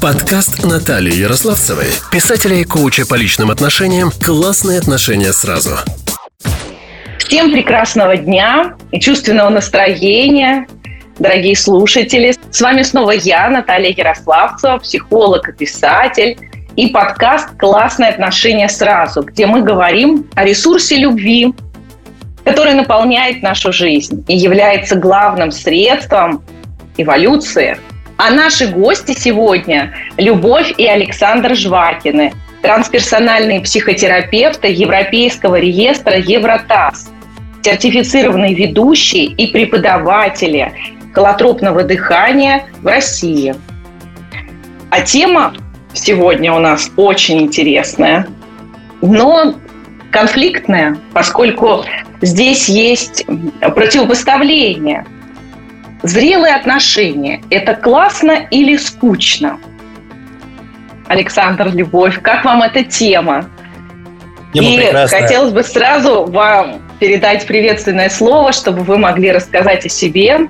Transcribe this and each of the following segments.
Подкаст Натальи Ярославцевой, писателя и коуча по личным отношениям «Классные отношения сразу». Всем прекрасного дня и чувственного настроения, дорогие слушатели. С вами снова я, Наталья Ярославцева, психолог и писатель. И подкаст «Классные отношения сразу», где мы говорим о ресурсе любви, который наполняет нашу жизнь и является главным средством эволюции. А наши гости сегодня – Любовь и Александр Жвакины, трансперсональные психотерапевты Европейского реестра Евротаз, сертифицированные ведущие и преподаватели холотропного дыхания в России. А тема сегодня у нас очень интересная, но конфликтная, поскольку здесь есть противопоставление. Зрелые отношения – это классно или скучно? Александр, Любовь, как вам эта тема? Тема прекрасная. Хотелось бы сразу вам передать приветственное слово, чтобы вы могли рассказать о себе.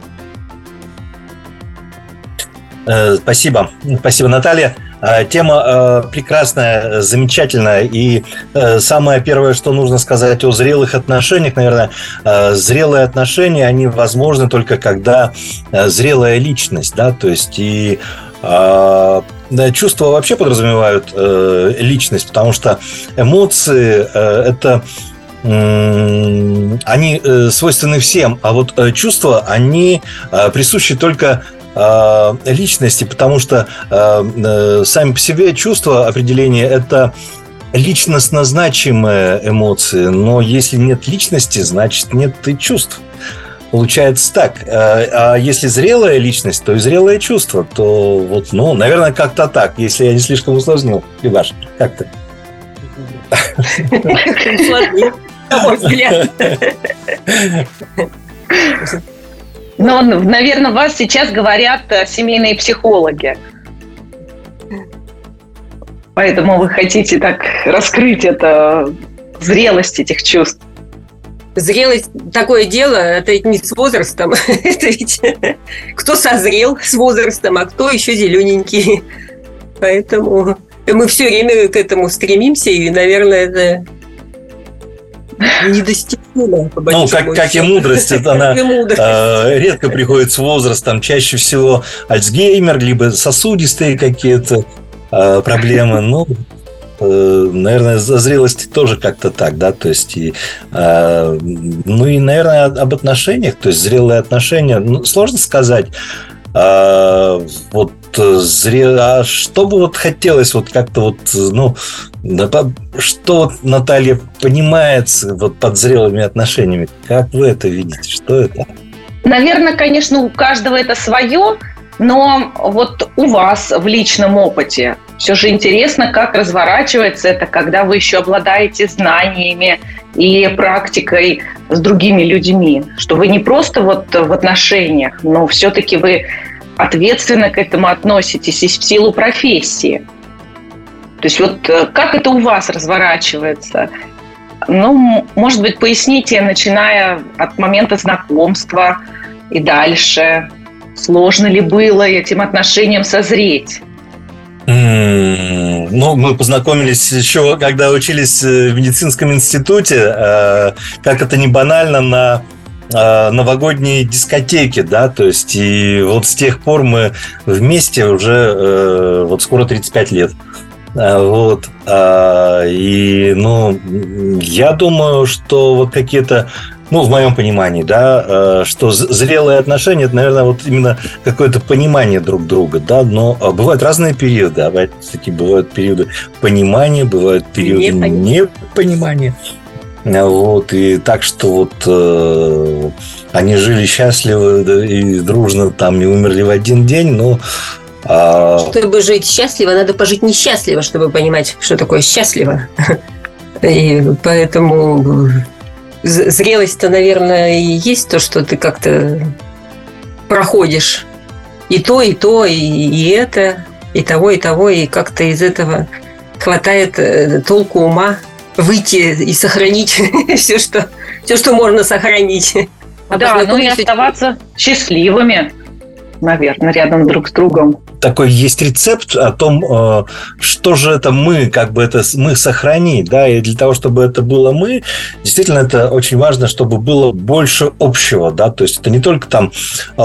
Спасибо. Спасибо, Наталья. Тема прекрасная, замечательная. И самое первое, что нужно сказать о зрелых отношениях, наверное, зрелые отношения, они возможны только когда зрелая личность, да, то есть и чувства вообще подразумевают личность, потому что эмоции это они свойственны всем, а вот чувства, они присущи только личности, потому что сами по себе чувства, определение – это личностно значимые эмоции, но если нет личности, значит нет и чувств. Получается так. А если зрелая личность, то и зрелое чувство, то вот, ну, наверное, как-то так, если я не слишком усложнил. Любаш, как ты? Усложнил, на мой взгляд. Но, наверное, вас сейчас говорят семейные психологи. Поэтому вы хотите так раскрыть зрелость этих чувств. Зрелость – такое дело, это ведь не с возрастом. Это ведь кто созрел с возрастом, а кто еще зелененький. Поэтому мы все время к этому стремимся, и, наверное, это недостижимо. Ну, как и мудрость, она редко приходит с возрастом. Чаще всего Альцгеймер, либо сосудистые какие-то проблемы. Ну, наверное, за зрелости тоже как-то так, да, то есть ну и, наверное, об отношениях, то есть зрелые отношения, ну, сложно сказать. Вот а что бы вот хотелось вот как-то вот, ну, что вот Наталья понимает вот под зрелыми отношениями? Как вы это видите? Что это? Наверное, конечно, у каждого это свое, но вот у вас в личном опыте все же интересно, как разворачивается это, когда вы еще обладаете знаниями и практикой с другими людьми, что вы не просто вот в отношениях, но все-таки вы ответственно к этому относитесь и в силу профессии. То есть вот как это у вас разворачивается? Ну, может быть, поясните, начиная от момента знакомства и дальше. Сложно ли было этим отношениям созреть? Ну, мы познакомились еще, когда учились в медицинском институте, как это не банально, на новогодние дискотеки, да, то есть и вот с тех пор мы вместе уже вот скоро 35 лет. Вот. И, ну, я думаю, что вот какие-то, ну, в моем понимании, да, что зрелые отношения – это, наверное, вот именно какое-то понимание друг друга, да, но бывают разные периоды, опять-таки, бывают периоды понимания, бывают периоды непонимания. Вот, и так что вот они жили счастливо, да, и дружно там и умерли в один день, но чтобы жить счастливо, надо пожить несчастливо, чтобы понимать, что такое счастливо. И поэтому зрелость-то, наверное, и есть то, что ты как-то проходишь и то, и это, и того, и как-то из этого хватает толку, ума выйти и сохранить все, что можно сохранить. Да, ну и оставаться счастливыми. наверное, рядом друг с другом. Такой есть рецепт о том, что же это мы, как бы это мы сохранить, да, и для того, чтобы это было мы, действительно, это очень важно, чтобы было больше общего, да, то есть это не только там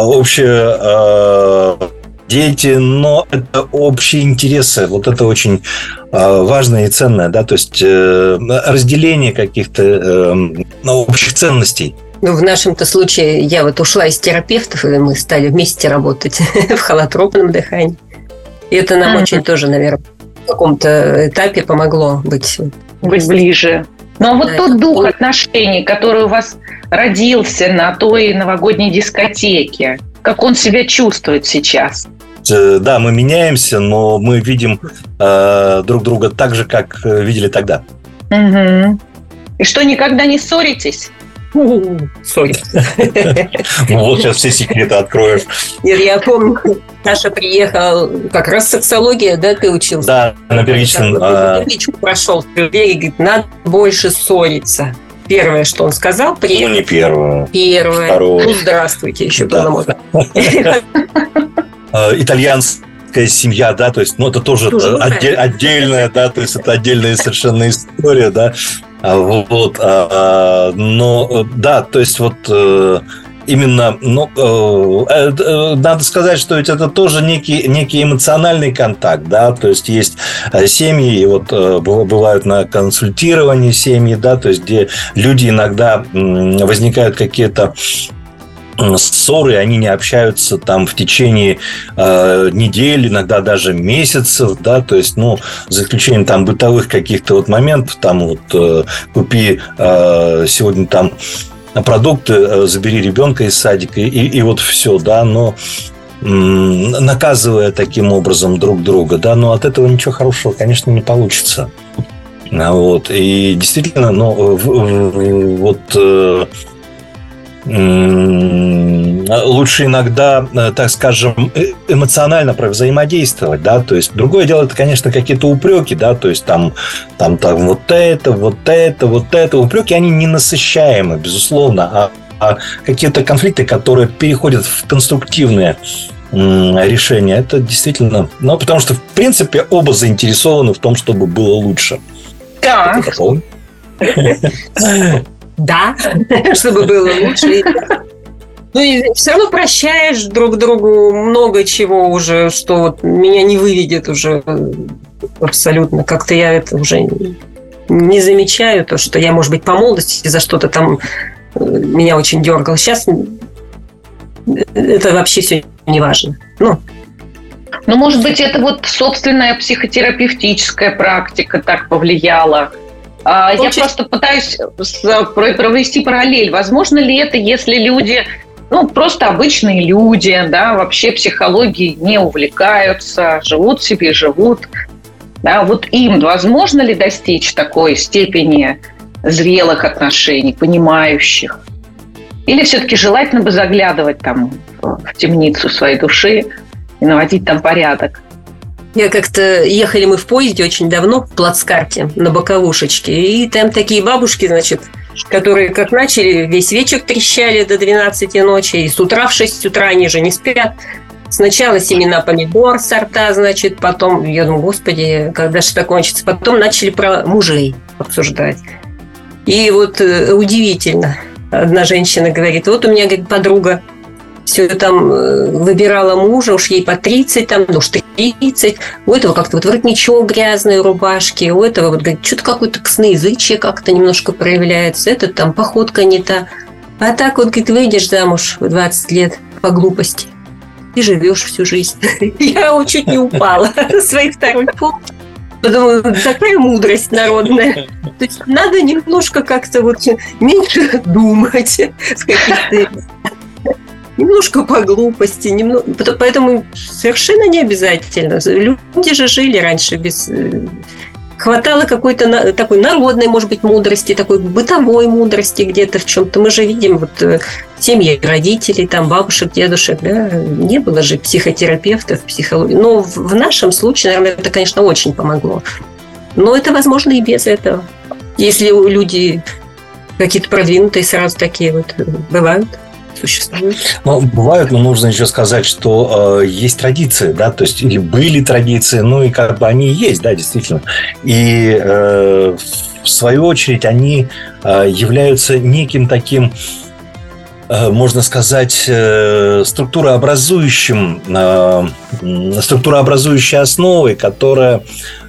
общее дети, но это общие интересы, вот это очень важно и ценное, да, то есть разделение каких-то общих ценностей. Ну, в нашем-то случае я вот ушла из терапевтов, и мы стали вместе работать в холотропном дыхании. И это нам очень тоже, наверное, в каком-то этапе помогло быть ближе. Но вот тот дух отношений, который у вас родился на той новогодней дискотеке, как он себя чувствует сейчас? Да, мы меняемся, но мы видим друг друга так же, как видели тогда. Угу. И что, никогда не ссоритесь? Ссориться. Вот сейчас все секреты откроешь. Нет, я помню, Саша приехал, как раз сексология, да, ты учился? Да, на первичном. Первичку прошел, и говорит, надо больше ссориться. Первое, что он сказал, ну, не первое. Первое. Второе. Ну, здравствуйте, еще полномочия. Итальянская семья, да, то есть, ну, это тоже отдельная, да, то есть, это отдельная совершенно история, да. Вот, но, да, то есть, вот именно, ну, надо сказать, что ведь это тоже некий эмоциональный контакт, да, то есть семьи, и вот бывают на консультировании семьи, да, то есть где люди иногда возникают какие-то ссоры, они не общаются там в течение недель, иногда даже месяцев, да, то есть, ну, за исключением там бытовых каких-то вот моментов, там вот купи сегодня там продукты, забери ребенка из садика, и вот все, да, но наказывая таким образом друг друга, да, но от этого ничего хорошего, конечно, не получится. Вот, и действительно, ну, вот лучше иногда, так скажем, эмоционально взаимодействовать, да, то есть другое дело, это, конечно, какие-то упреки, да, то есть там вот это, упреки, они ненасыщаемы, безусловно, а какие-то конфликты, которые переходят в конструктивные решения, это действительно, ну, потому что, в принципе, оба заинтересованы в том, чтобы было лучше. Да. Да, чтобы было лучше. Ну и все равно прощаешь друг другу много чего уже, что вот меня не выведет уже абсолютно. Как-то я это уже не замечаю, то, что я, может быть, по молодости за что-то там меня очень дергало. Сейчас это вообще все не важно. Ну, может быть, это вот собственная психотерапевтическая практика так повлияла. Я просто пытаюсь провести параллель. Возможно ли это, если люди, ну, просто обычные люди, да, вообще психологией не увлекаются, живут себе, живут, да, вот им возможно ли достичь такой степени зрелых отношений, понимающих? Или все-таки желательно бы заглядывать там в темницу своей души и наводить там порядок? Я как-то... Ехали мы в поезде очень давно в Плацкарте на боковушечке, и там такие бабушки, значит, которые как начали, весь вечер трещали до 12 ночи, и с утра в 6 утра они же не спят. Сначала семена помидор, сорта, значит, потом, я думаю, господи, когда же это кончится? Потом начали про мужей обсуждать. И вот удивительно. Одна женщина говорит, вот у меня, говорит, подруга все там выбирала мужа, уж ей по 30, там, ну уж 30. У этого как-то вот воротничок грязный, рубашки. У этого вот, говорит, что-то какое-то косноязычие как-то немножко проявляется. Этот там походка не та. А так вот, говорит, выйдешь замуж в 20 лет по глупости и живешь всю жизнь. Я чуть не упала на своей второй полке. Подумала, такая мудрость народная. То есть надо немножко как-то вот меньше думать в каких-то... Немножко по глупости, поэтому совершенно не обязательно. Люди же жили раньше без... Хватало какой-то такой народной, может быть, мудрости, такой бытовой мудрости где-то в чем-то. Мы же видим вот семьи родителей, там, бабушек, дедушек, да? Не было же психотерапевтов, психологии. Но в нашем случае, наверное, это, конечно, очень помогло. Но это возможно и без этого. Если люди какие-то продвинутые, сразу такие вот бывают. существуют. Ну, бывают, но нужно еще сказать, что есть традиции, да, то есть и были традиции, ну и как бы они и есть, да, действительно. И в свою очередь они являются неким таким, можно сказать, структурообразующей основой, которая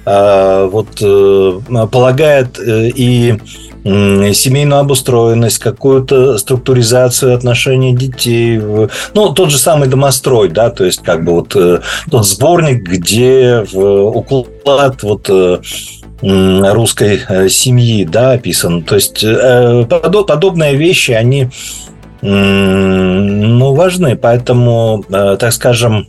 полагает и семейную обустроенность, какую-то структуризацию отношений детей. Ну, тот же самый домострой, да, то есть как бы тот сборник, где уклад русской семьи, да, описан. То есть подобные вещи, они важны, поэтому, так скажем,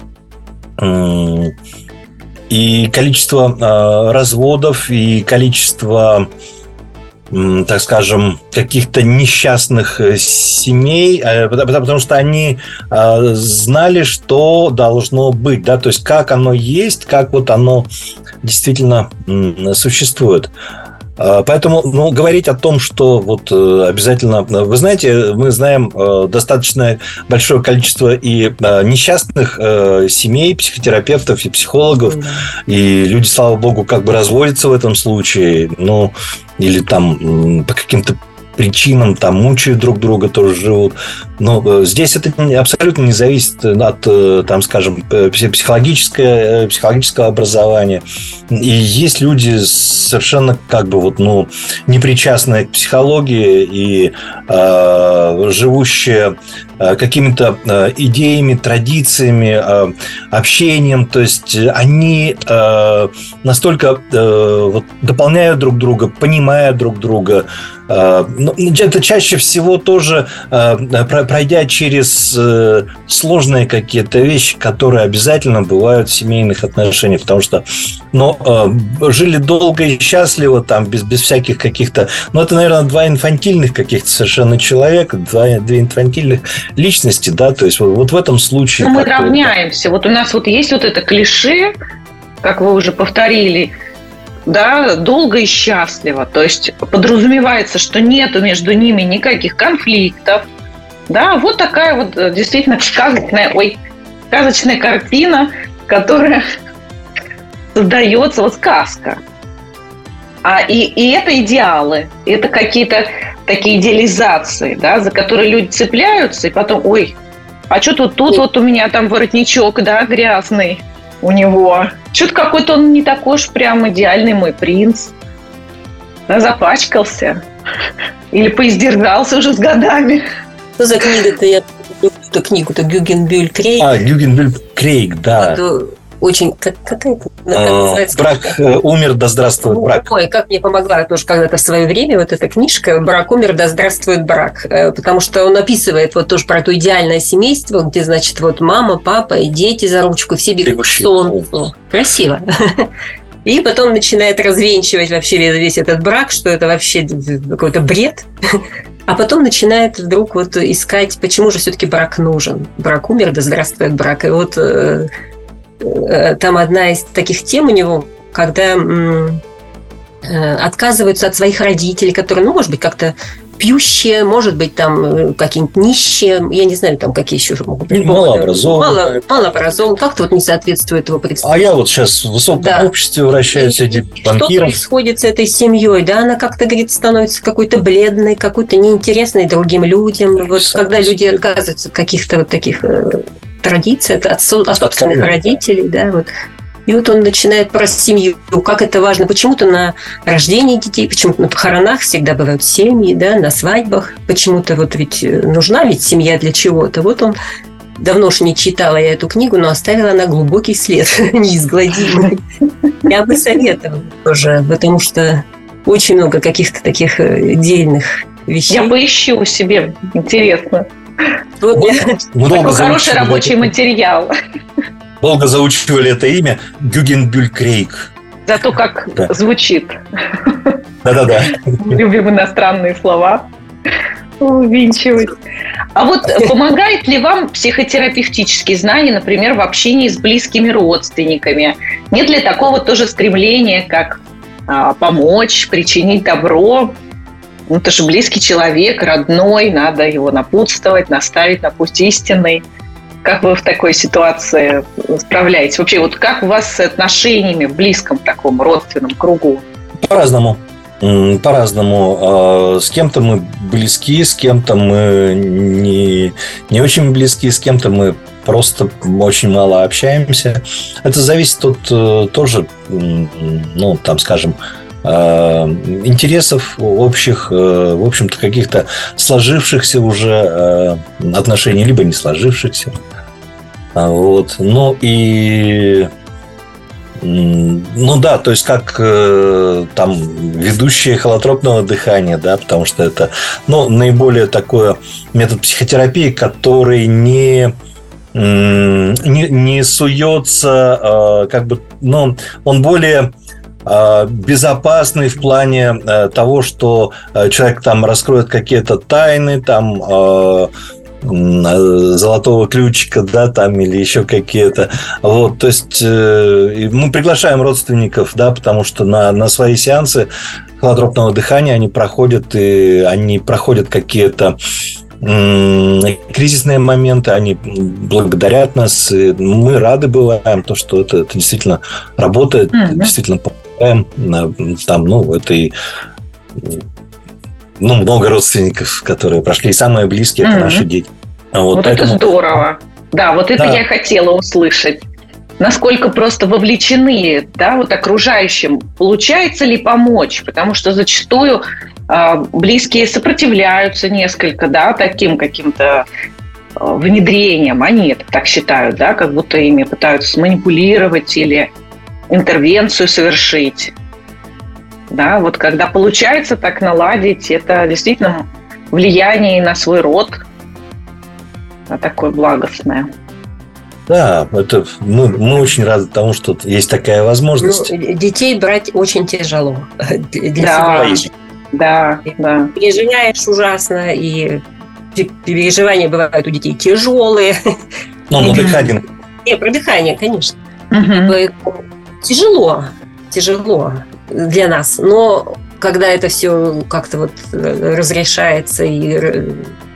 и количество разводов, и количество, так скажем, каких-то несчастных семей, потому что они знали, что должно быть, да, то есть как оно есть, как оно действительно существует. Поэтому, говорить о том, что обязательно... Вы знаете, мы знаем достаточно большое количество и несчастных семей, психотерапевтов и психологов, и люди, слава богу, как бы разводятся в этом случае, или там по каким-то причинам там мучают друг друга, тоже живут. Но здесь это абсолютно не зависит от, там, скажем, психологического образования. И есть люди совершенно как бы непричастные к психологии и живущие какими-то идеями, традициями, общением. То есть они настолько дополняют друг друга, понимают друг друга. Это чаще всего тоже пройдя через сложные какие-то вещи, которые обязательно бывают в семейных отношениях, потому что жили долго и счастливо, там, без всяких каких-то... это, наверное, два инфантильных каких-то совершенно человека, две инфантильных личности, да, то есть в этом случае... Мы равняемся. У нас есть это клише, как вы уже повторили, да, долго и счастливо. То есть подразумевается, что нету между ними никаких конфликтов. Да, вот такая действительно сказочная картина, которая создается, сказка. И это идеалы, это какие-то такие идеализации, да, за которые люди цепляются, и потом, а что тут у меня там воротничок, да, грязный у него. Что-то какой-то он не такой уж прям идеальный мой принц. Да, запачкался. Или поиздержался уже с годами. Что за книга-то? Я эту книгу-то Гюгенбюль Крейг. Гюгенбюль Крейг, да. Это очень... Какая-то... «Брак умер, да здравствует брак». Ой, как мне помогла тоже когда-то в свое время эта книжка «Брак умер, да здравствует брак». Потому что он описывает тоже про то идеальное семейство, где, значит, мама, папа и дети за ручку, все бегут к солнцу. Красиво. И потом начинает развенчивать вообще весь этот брак, что это вообще какой-то бред. А потом начинает вдруг искать, почему же все-таки брак нужен. Брак умер, да здравствует брак. И там одна из таких тем у него, когда отказываются от своих родителей, которые, может быть, как-то пьющие, может быть, там какие-нибудь нищие, я не знаю, там какие еще могут быть. Малообразованные. Малообразованные, как-то не соответствует его представлению. А я сейчас в высоком обществе вращаюсь среди банкиров. Что происходит с этой семьей? Да, она как-то, говорит, становится какой-то бледной, какой-то неинтересной другим людям. Когда люди отказываются от каких-то таких традиций, от собственных родителей, да, И он начинает про семью, как это важно. Почему-то на рождении детей, почему-то на похоронах всегда бывают семьи, да, на свадьбах. Почему-то ведь нужна ведь семья для чего-то. Он давно уж не читала я эту книгу, но оставила она глубокий след, неизгладимый. Я бы советовала тоже, потому что очень много каких-то таких дельных вещей. Я поищу себе, интересно. Такой хороший рабочий материал. Долго заучивали это имя Гюгенбюль Крейг. Зато как звучит. Да-да-да. Любим иностранные слова увенчивать. А помогает ли вам психотерапевтические знания, например, в общении с близкими родственниками? Нет ли такого тоже стремления, как помочь, причинить добро? Ну, это же близкий человек, родной, надо его напутствовать, наставить на путь истинный. Как вы в такой ситуации справляетесь? Вообще, вот как у вас с отношениями в близком таком родственном кругу? По-разному. По-разному. С кем-то мы близки, с кем-то мы не очень близки, с кем-то мы просто очень мало общаемся. Это зависит от тоже, ну, там, скажем, интересов общих, в общем-то, каких-то сложившихся уже отношений, либо не сложившихся. Вот. Ну и... Ну да, то есть как там ведущие холотропного дыхания, да, потому что это, ну, наиболее такой метод психотерапии, который не суется, как бы, ну, он более безопасный в плане того, что человек там раскроет какие-то тайны, там золотого ключика, да, там, или еще какие-то. Вот, то есть мы приглашаем родственников, да, потому что на свои сеансы холотропного дыхания они проходят какие-то кризисные моменты, они благодарят нас, и мы рады бываем, то, что это действительно работает, действительно помогаем. Там, ну, это и много родственников, которые прошли, и самые близкие это наши дети. Вот поэтому... это здорово. Да, вот это я хотела услышать. Насколько просто вовлечены, да, вот окружающим, получается ли помочь? Потому что зачастую близкие сопротивляются несколько, да, таким каким-то внедрением. Они это так считают, да, как будто ими пытаются сманипулировать или интервенцию совершить. Да, вот когда получается так наладить, это действительно влияние на свой род, такое благостное. Да, это мы очень рады тому, что есть такая возможность. Ну, детей брать очень тяжело. Да. Переживаешь ужасно, и переживания бывают у детей тяжелые. Ну, дыхание. Про дыхание, конечно. Тяжело для нас, но когда это все как-то вот разрешается и...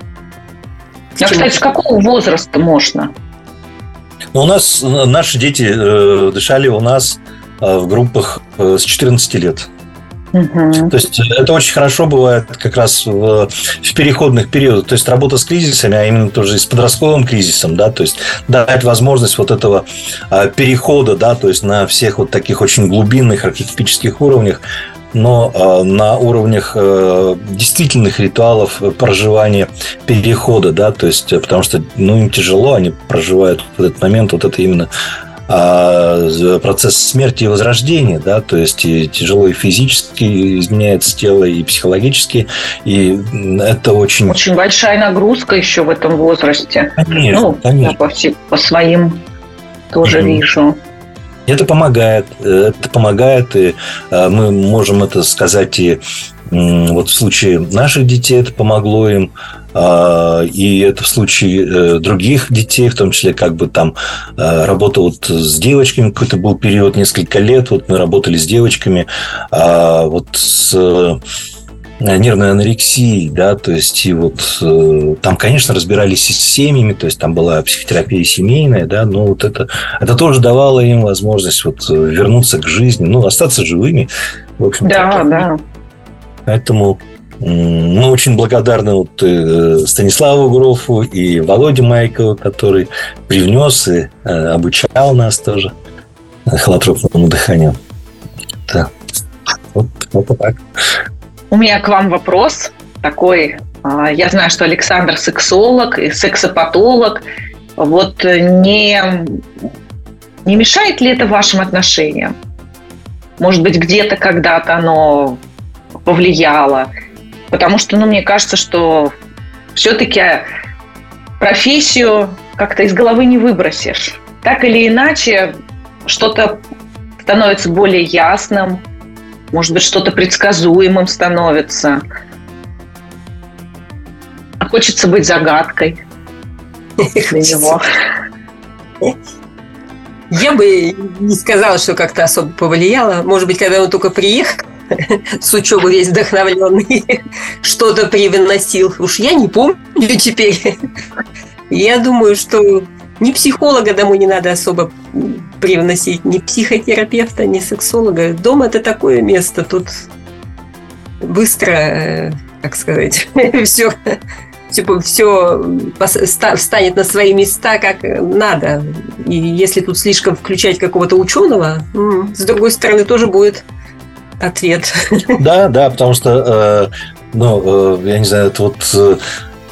Кстати, с какого возраста можно? У нас наши дети дышали у нас в группах с 14 лет. То есть это очень хорошо бывает как раз в переходных периодах. То есть работа с кризисами, а именно тоже и с подростковым кризисом, да, то есть дать возможность вот этого перехода, да, то есть на всех вот таких очень глубинных архетипических уровнях, но на уровнях действительных ритуалов проживания перехода, да, то есть потому что, им тяжело, они проживают вот этот момент, вот это именно процесс смерти и возрождения, да, то есть и тяжело и физически изменяется тело, и психологически, и это очень... Очень большая нагрузка еще в этом возрасте. Конечно. Я по своим тоже вижу. Это помогает, и мы можем это сказать и вот в случае наших детей это помогло им, и это в случае других детей, в том числе как бы там работа вот с девочками, какой-то был период, несколько лет, вот мы работали с девочками, вот с нервной анорексией, да, то есть и вот там, конечно, разбирались и с семьями, то есть там была психотерапия семейная, да, но вот это тоже давало им возможность вот вернуться к жизни, остаться живыми, в общем-то. Да. Поэтому мы очень благодарны вот Станиславу Грофу и Володе Майкову, который привнес и обучал нас тоже холотропному дыханию. Да. Вот так. У меня к вам вопрос такой. Я знаю, что Александр сексолог и сексопатолог. Вот не мешает ли это вашим отношениям? Может быть, где-то когда-то оно повлияло? Потому что, мне кажется, что все-таки профессию как-то из головы не выбросишь. Так или иначе, что-то становится более ясным, может быть, что-то предсказуемым становится. А хочется быть загадкой для него. Я бы не сказала, что как-то особо повлияло. Может быть, когда он только приехал, с учебы весь вдохновленный, что-то привносил. Уж я не помню теперь. Я думаю, что ни психолога домой не надо особо привносить, ни психотерапевта, ни сексолога. Дом – это такое место, тут быстро, как сказать, все встанет на свои места, как надо. И если тут слишком включать какого-то ученого, с другой стороны, тоже будет ответ. Да, потому что, я не знаю, это вот...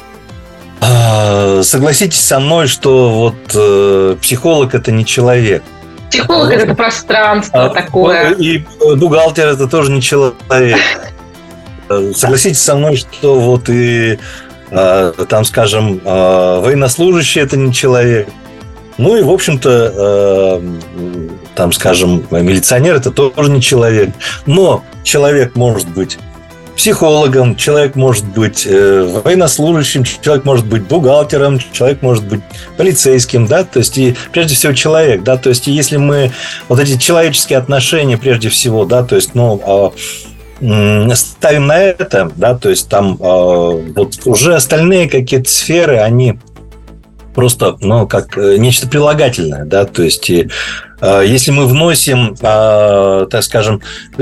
Согласитесь со мной, что вот психолог – это не человек. Психолог – это пространство такое. И бухгалтер – это тоже не человек. Согласитесь со мной, что вот и там, скажем, военнослужащий – это не человек. Ну и, в общем-то, там, скажем, милиционер – это тоже не человек. Но человек может быть психологом, человек может быть военнослужащим, человек может быть бухгалтером, человек может быть полицейским, да, то есть и прежде всего человек, да, то есть и если мы вот эти человеческие отношения прежде всего, да, то есть, ставим на это, да, то есть там вот уже остальные какие-то сферы, они просто, как нечто прилагательное, да, то есть и, если мы вносим, так скажем,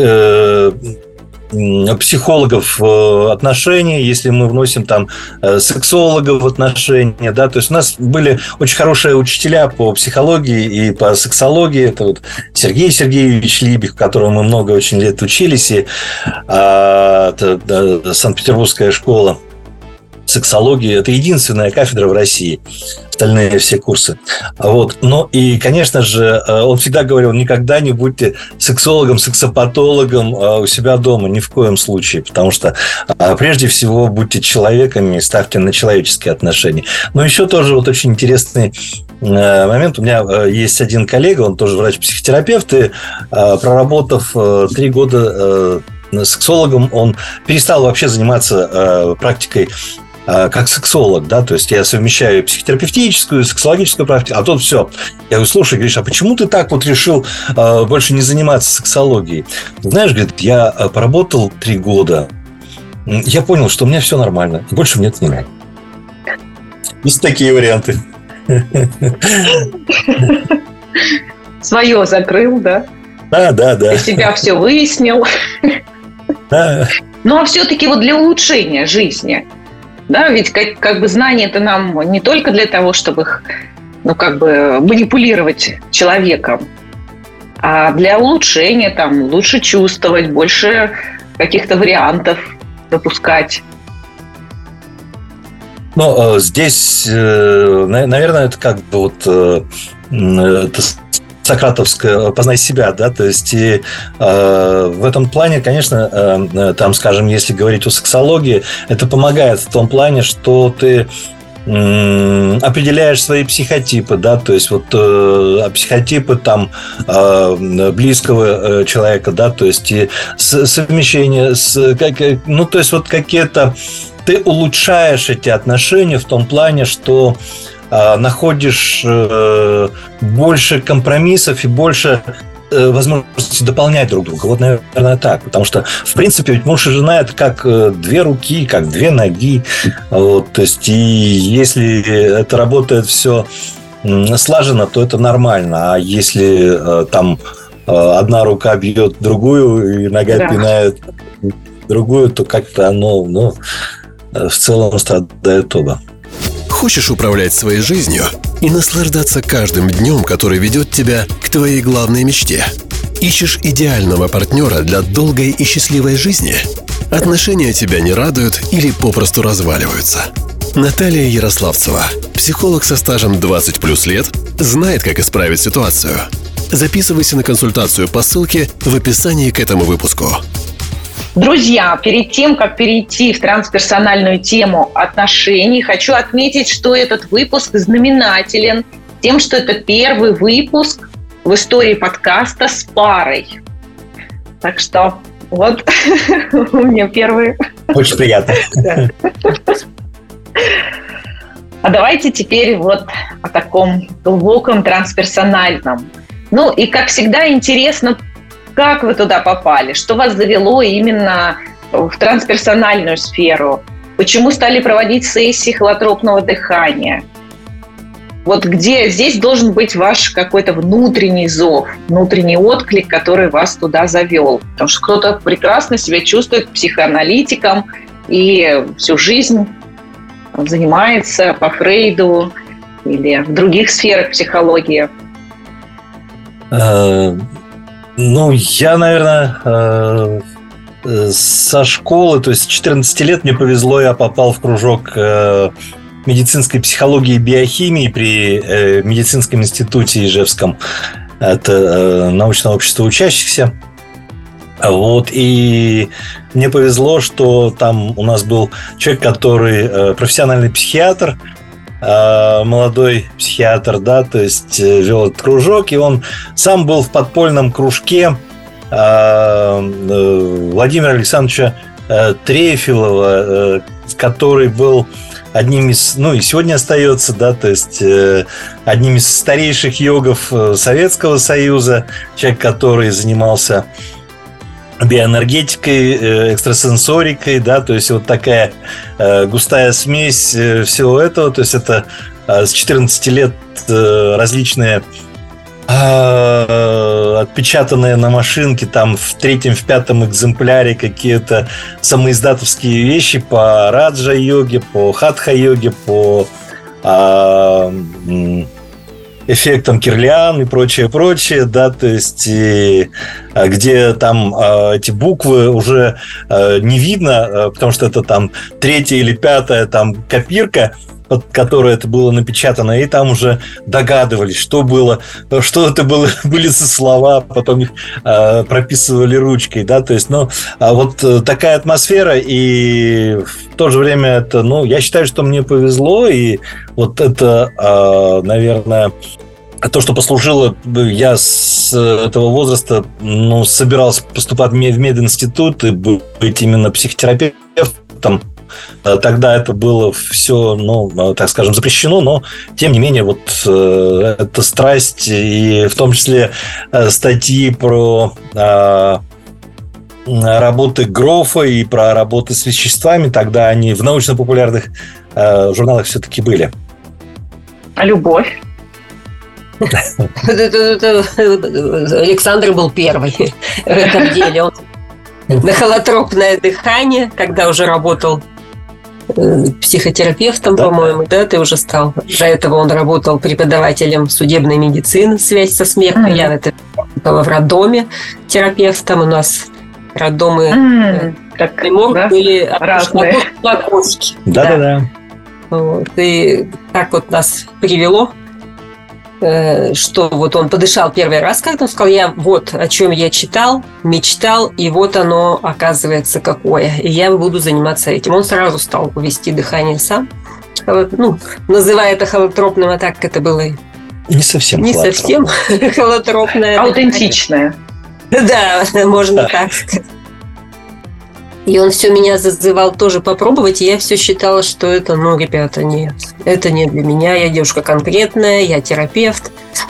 психологов в отношения, если мы вносим там сексологов в отношения, да, то есть у нас были очень хорошие учителя по психологии и по сексологии, это вот Сергей Сергеевич Либих, у которого мы много очень лет учились, и Санкт-Петербургская школа сексологии, это единственная кафедра в России, остальные все курсы. Вот. Ну и, конечно же, он всегда говорил, никогда не будьте сексологом, сексопатологом у себя дома, ни в коем случае, потому что прежде всего будьте человеками и ставьте на человеческие отношения. Но еще тоже вот очень интересный момент. У меня есть один коллега, он тоже врач-психотерапевт, и проработав 3 года сексологом, он перестал вообще заниматься практикой как сексолог, да, то есть я совмещаю психотерапевтическую, сексологическую практику, а тут все. Я говорю, слушай, Гриша, а почему ты так вот решил больше не заниматься сексологией? Знаешь, говорит, я поработал 3 года, я понял, что у меня все нормально, и больше мне это не надо. Есть такие варианты. Свое закрыл, да? Да. Для себя все выяснил. Да. Ну, а все-таки вот для улучшения жизни, да, ведь как бы знания это нам не только для того, чтобы их, манипулировать человеком, а для улучшения, там, лучше чувствовать, больше каких-то вариантов допускать. Ну, здесь, наверное, это как бы вот это сократовское «познай себя», да, то есть и в этом плане, конечно, там, скажем, если говорить о сексологии, это помогает в том плане, что ты определяешь свои психотипы, да, то есть вот психотипы там близкого человека, да, то есть и совмещение, то есть вот какие-то ты улучшаешь эти отношения в том плане, что находишь больше компромиссов и больше возможности дополнять друг друга. Вот, наверное, так. Потому что, в принципе, ведь муж и жена – это как 2 руки, как 2 ноги. Вот, то есть, и если это работает все слаженно, то это нормально. А если там одна рука бьет другую, и нога пинает другую, то как-то оно, в целом страдают оба. Хочешь управлять своей жизнью и наслаждаться каждым днем, который ведет тебя к твоей главной мечте? Ищешь идеального партнера для долгой и счастливой жизни? Отношения тебя не радуют или попросту разваливаются? Наталья Ярославцева, психолог со стажем 20+ лет, знает, как исправить ситуацию. Записывайся на консультацию по ссылке в описании к этому выпуску. Друзья, перед тем, как перейти в трансперсональную тему отношений, хочу отметить, что этот выпуск знаменателен тем, что это первый выпуск в истории подкаста с парой. Так что вот у меня первый. Очень приятно. А давайте теперь вот о таком глубоком трансперсональном. Ну и, как всегда, интересно как вы туда попали? Что вас завело именно в трансперсональную сферу? Почему стали проводить сессии холотропного дыхания? Вот где здесь должен быть ваш какой-то внутренний зов, внутренний отклик, который вас туда завел? Потому что кто-то прекрасно себя чувствует психоаналитиком и всю жизнь занимается по Фрейду или в других сферах психологии. Ну, я, наверное, со школы, то есть с 14 лет мне повезло, я попал в кружок медицинской психологии и биохимии при медицинском институте Ижевском. Это научное общество учащихся. Вот, и мне повезло, что там у нас был человек, который профессиональный психиатр, молодой психиатр, да, то есть вел этот кружок, и он сам был в подпольном кружке Владимира Александровича Трефилова, который был одним из, ну и сегодня остается, да, то есть одним из старейших йогов Советского Союза, человек, который занимался биоэнергетикой, экстрасенсорикой, да, то есть вот такая густая смесь всего этого, то есть это с 14 лет различные отпечатанные на машинке там в 3-м, в 5-м экземпляре какие-то самоиздатовские вещи по раджа-йоге, по хатха-йоге, по эффектам Кирлиан и прочее, да, то есть где там эти буквы уже не видно, потому что это там 3-я или 5-я там копирка, под которой это было напечатано, и там уже догадывались, что было, что это были за слова, потом их прописывали ручкой, да, то есть, ну, вот такая атмосфера, и в то же время это, ну, я считаю, что мне повезло, и вот это, наверное, то, что послужило, я с этого возраста, ну, собирался поступать в мединститут и быть именно психотерапевтом. Тогда это было все, ну, так скажем, запрещено, но, тем не менее, вот эта страсть, и в том числе статьи про работы Грофа и про работы с веществами, тогда они в научно-популярных журналах все-таки были. А любовь? Александр был первый в этом деле. Он на холотропное дыхание, когда уже работал психотерапевтом, да, по-моему, да, ты уже стал. До этого он работал преподавателем судебной медицины, связь со смертью. Я это была в роддоме терапевтом. У нас роддомы были разные. Да. Вот. И так вот нас привело, что вот он подышал первый раз, когда он сказал, я вот о чем я читал, мечтал, и вот оно оказывается какое, и я буду заниматься этим. Он сразу стал вести дыхание сам, ну, называя это холотропным, а так это было не совсем холотропное. Аутентичное. Да, можно так сказать. И он все меня зазывал тоже попробовать, и я все считала, что это, ну, ребята, нет, это не для меня, я девушка конкретная, я терапевт,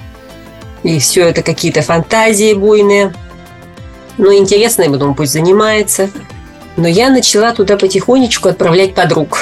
и все это какие-то фантазии буйные. Ну, интересно, я думаю, пусть занимается. Но я начала туда потихонечку отправлять подруг.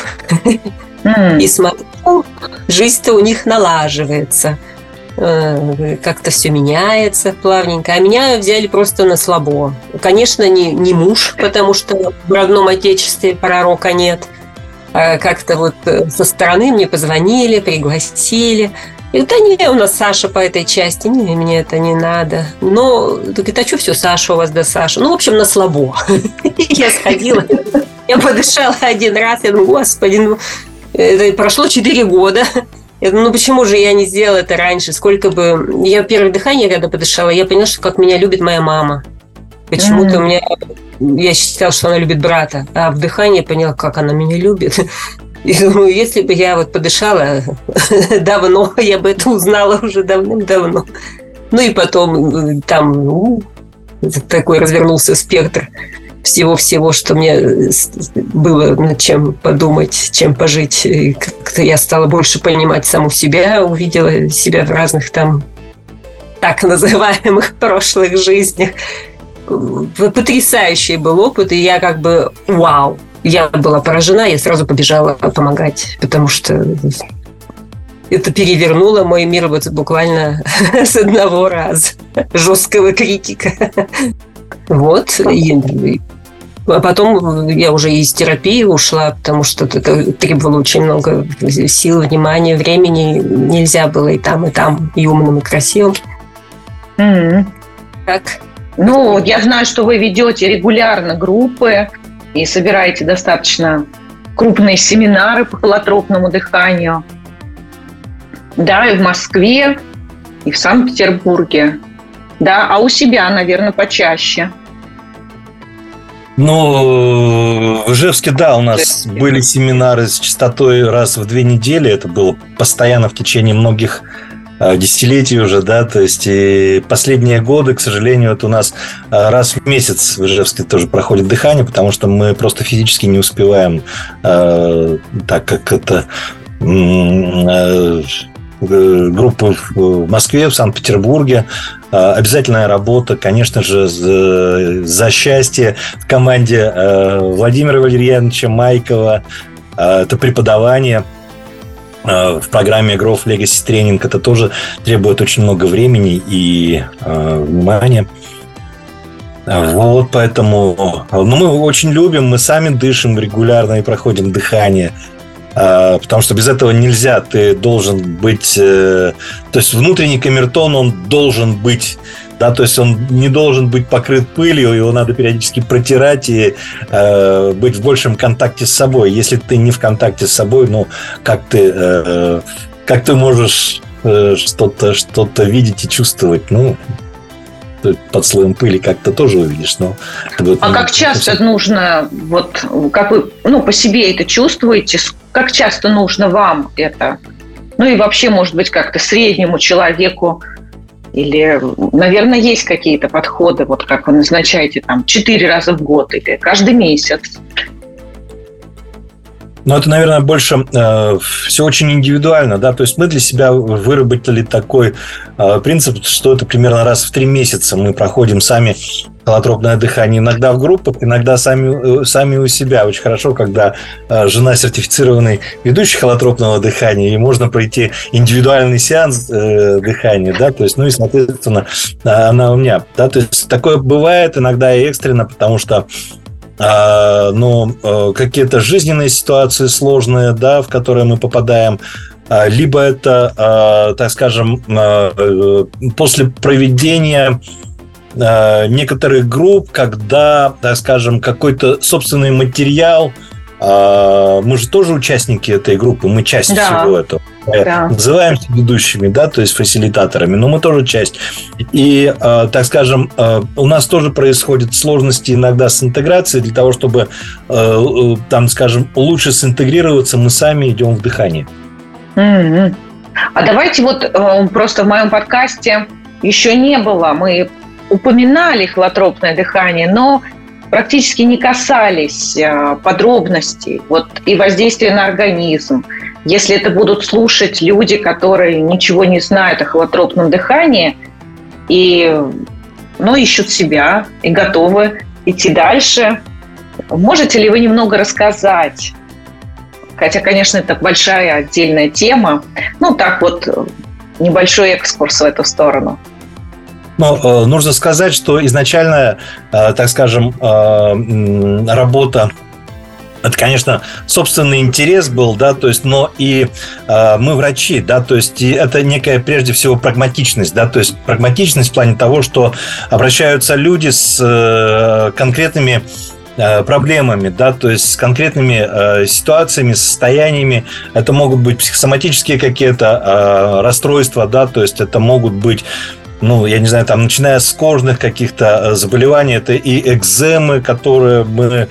И смотрю, жизнь-то у них налаживается. Как-то все меняется плавненько. А меня взяли просто на слабо. Конечно, не муж, потому что в родном отечестве пророка нет. А как-то вот со стороны мне позвонили, пригласили. И да не, у нас Саша по этой части. Не, мне это не надо. Но, говорит, а что все, Саша у вас, да Саша? Ну, в общем, на слабо. Я сходила, я подышала один раз. Я думаю, господи, ну, это прошло 4 года. Я думаю, ну почему же я не сделала это раньше? Сколько бы... Я первое дыхание, когда подышала, я поняла, что как меня любит моя мама. Почему-то у меня... Я считала, что она любит брата. А в дыхании я поняла, как она меня любит. И думаю, если бы я вот подышала давно, я бы это узнала уже давным-давно. Ну и потом там такой развернулся спектр всего-всего, что мне было над чем подумать, чем пожить. И как-то я стала больше понимать саму себя, увидела себя в разных там так называемых прошлых жизнях. потрясающий был опыт, и я как бы вау. Я была поражена, я сразу побежала помогать, потому что это перевернуло мой мир вот буквально с одного раза. Жесткого критика. Вот. А потом я уже из терапии ушла, потому что это требовало очень много сил, внимания, времени. Нельзя было и там, и умным, и красивым. Так. Ну, я знаю, что вы ведете регулярно группы и собираете достаточно крупные семинары по холотропному дыханию. Да, и в Москве, и в Санкт-Петербурге. Да, а у себя, наверное, почаще. Ну, в Ижевске, да, у нас были семинары с частотой раз в 2 недели. Это было постоянно в течение многих десятилетий уже, да, то есть и последние годы, к сожалению, это у нас раз в месяц в Ижевске тоже проходит дыхание, потому что мы просто физически не успеваем, так как это группы в Москве, в Санкт-Петербурге. Обязательная работа, конечно же, за счастье в команде Владимира Валерьяновича Майкова. Это преподавание в программе Growth Legacy Training. Это тоже требует очень много времени и внимания. Вот, поэтому мы очень любим, мы сами дышим регулярно и проходим дыхание. Потому что без этого нельзя. Ты должен быть... То есть внутренний камертон, он должен быть. Да, то есть он не должен быть покрыт пылью, его надо периодически протирать и быть в большем контакте с собой. Если ты не в контакте с собой, ну, как ты можешь что-то видеть и чувствовать? Ну, под слоем пыли как-то тоже увидишь. Но как часто нужно, вот как вы по себе это чувствуете, как часто нужно вам это? Ну и вообще, может быть, как-то среднему человеку, или, наверное, есть какие-то подходы, вот как вы назначаете, там, 4 раза в год или каждый месяц? Ну, это, наверное, больше все очень индивидуально, да, то есть мы для себя выработали такой принцип, что это примерно раз в 3 месяца мы проходим сами холотропное дыхание, иногда в группах, иногда сами у себя. Очень хорошо, когда жена сертифицированный ведущий холотропного дыхания, и можно пройти индивидуальный сеанс дыхания, да, то есть, ну и, соответственно, она у меня, да, то есть такое бывает иногда и экстренно, потому что какие-то жизненные ситуации сложные, да, в которые мы попадаем, либо это, так скажем, после проведения некоторых групп, когда, так скажем, какой-то собственный материал, мы же тоже участники этой группы, мы часть всего этого. Да. Называемся ведущими, да, то есть фасилитаторами, но мы тоже часть. И, так скажем, у нас тоже происходят сложности иногда с интеграцией. Для того, чтобы, там, скажем, лучше синтегрироваться, мы сами идем в дыхание. Mm-hmm. А давайте вот просто в моем подкасте еще не было. Мы упоминали холотропное дыхание, но практически не касались подробностей вот, и воздействия на организм. Если это будут слушать люди, которые ничего не знают о холотропном дыхании и ищут себя и готовы идти дальше, можете ли вы немного рассказать? Хотя, конечно, это большая отдельная тема. Так вот, небольшой экскурс в эту сторону. Но нужно сказать, что изначально, так скажем, работа, это, конечно, собственный интерес был, да, то есть, но и мы врачи, да, то есть, и это некая, прежде всего, прагматичность, да, то есть, прагматичность в плане того, что обращаются люди с конкретными проблемами, да, то есть с конкретными ситуациями, состояниями. Это могут быть психосоматические какие-то расстройства, да, то есть это могут быть, я не знаю, там, начиная с кожных каких-то заболеваний, это и экземы, которые мы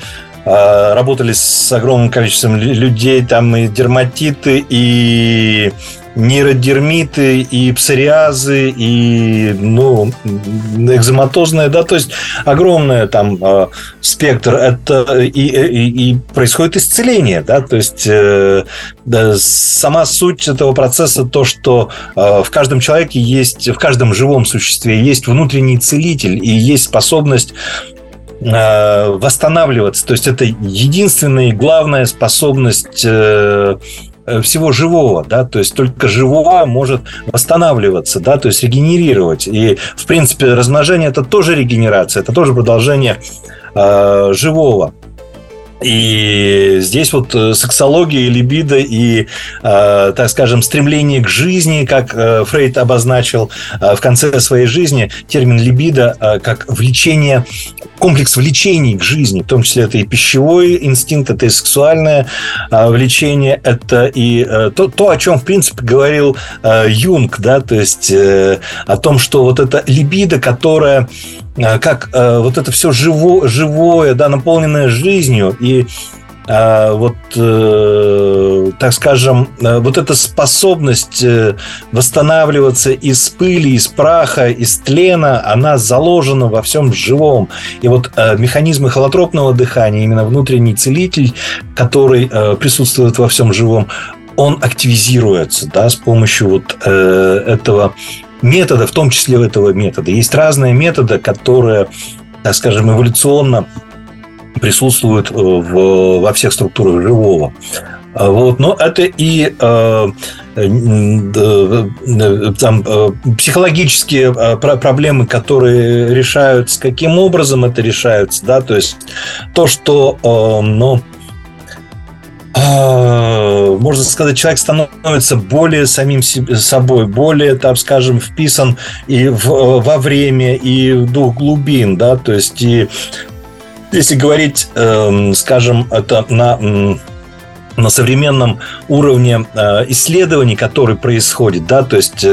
работали с огромным количеством людей, там и дерматиты, и нейродермиты, и псориазы, и экзематозные, да, то есть огромный там спектр. Это и происходит исцеление, да, то есть сама суть этого процесса то, что в каждом человеке есть, в каждом живом существе есть внутренний целитель и есть способность восстанавливаться. То есть это единственная и главная способность всего живого, да, то есть только живое может восстанавливаться, да, то есть регенерировать. И, в принципе, размножение – это тоже регенерация, это тоже продолжение живого. И здесь вот сексология, либидо и, так скажем, стремление к жизни, как Фрейд обозначил в конце своей жизни, термин либидо как влечение, комплекс влечений к жизни, в том числе это и пищевой инстинкт, это и сексуальное влечение, это и то, о чем, в принципе, говорил Юнг, да, то есть о том, что вот это либидо, которое как вот это все живое, да, наполненное жизнью, и вот, так скажем, вот эта способность восстанавливаться из пыли, из праха, из тлена, она заложена во всем живом. И вот механизмы холотропного дыхания, именно внутренний целитель, который присутствует во всем живом, он активизируется, да, с помощью вот этого метода, в том числе этого метода. Есть разные методы, которые, так скажем, эволюционно присутствуют во всех структурах живого. Вот. Но это и там, психологические проблемы, которые решаются. Каким образом это решаются? Да? То есть то, что можно сказать, человек становится более самим собой, более, так скажем, вписан и во время, и в дух глубин, да, то есть, и если говорить, скажем, это на современном уровне исследований, который происходит, да, то есть